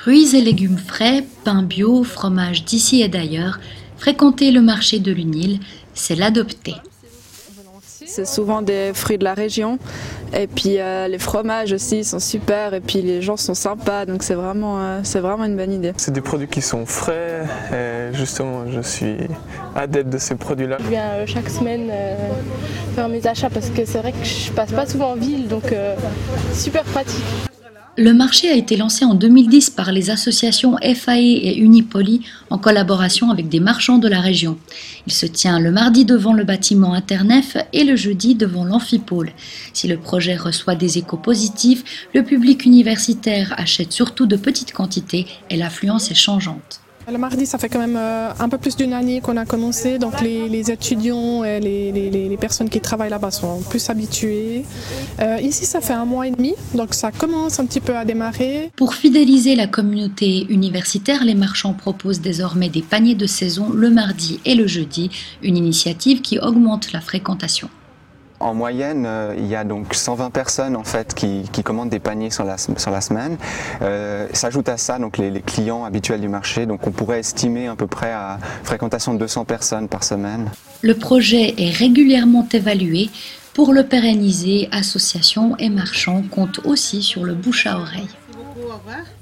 Fruits et légumes frais, pain bio, fromage d'ici et d'ailleurs, fréquenter le marché de l'UNIL, c'est l'adopter. C'est souvent des fruits de la région et puis les fromages aussi sont super et puis les gens sont sympas, donc c'est vraiment une bonne idée. C'est des produits qui sont frais et justement je suis adepte de ces produits-là. Je viens chaque semaine faire mes achats parce que c'est vrai que je passe pas souvent en ville, donc super pratique. Le marché a été lancé en 2010 par les associations FAE et Unipoli en collaboration avec des marchands de la région. Il se tient le mardi devant le bâtiment Internef et le jeudi devant l'Amphipôle. Si le projet reçoit des échos positifs, le public universitaire achète surtout de petites quantités et l'affluence est changeante. Le mardi, ça fait quand même un peu plus d'une année qu'on a commencé, donc les étudiants et les personnes qui travaillent là-bas sont plus habitués. Ici, ça fait 1 mois et demi, donc ça commence un petit peu à démarrer. Pour fidéliser la communauté universitaire, les marchands proposent désormais des paniers de saison le mardi et le jeudi, une initiative qui augmente la fréquentation. En moyenne, il y a donc 120 personnes en fait qui commandent des paniers sur la semaine. S'ajoute à ça donc les clients habituels du marché, donc on pourrait estimer à peu près à fréquentation de 200 personnes par semaine. Le projet est régulièrement évalué. Pour le pérenniser, associations et marchands comptent aussi sur le bouche à oreille. Merci beaucoup, au revoir.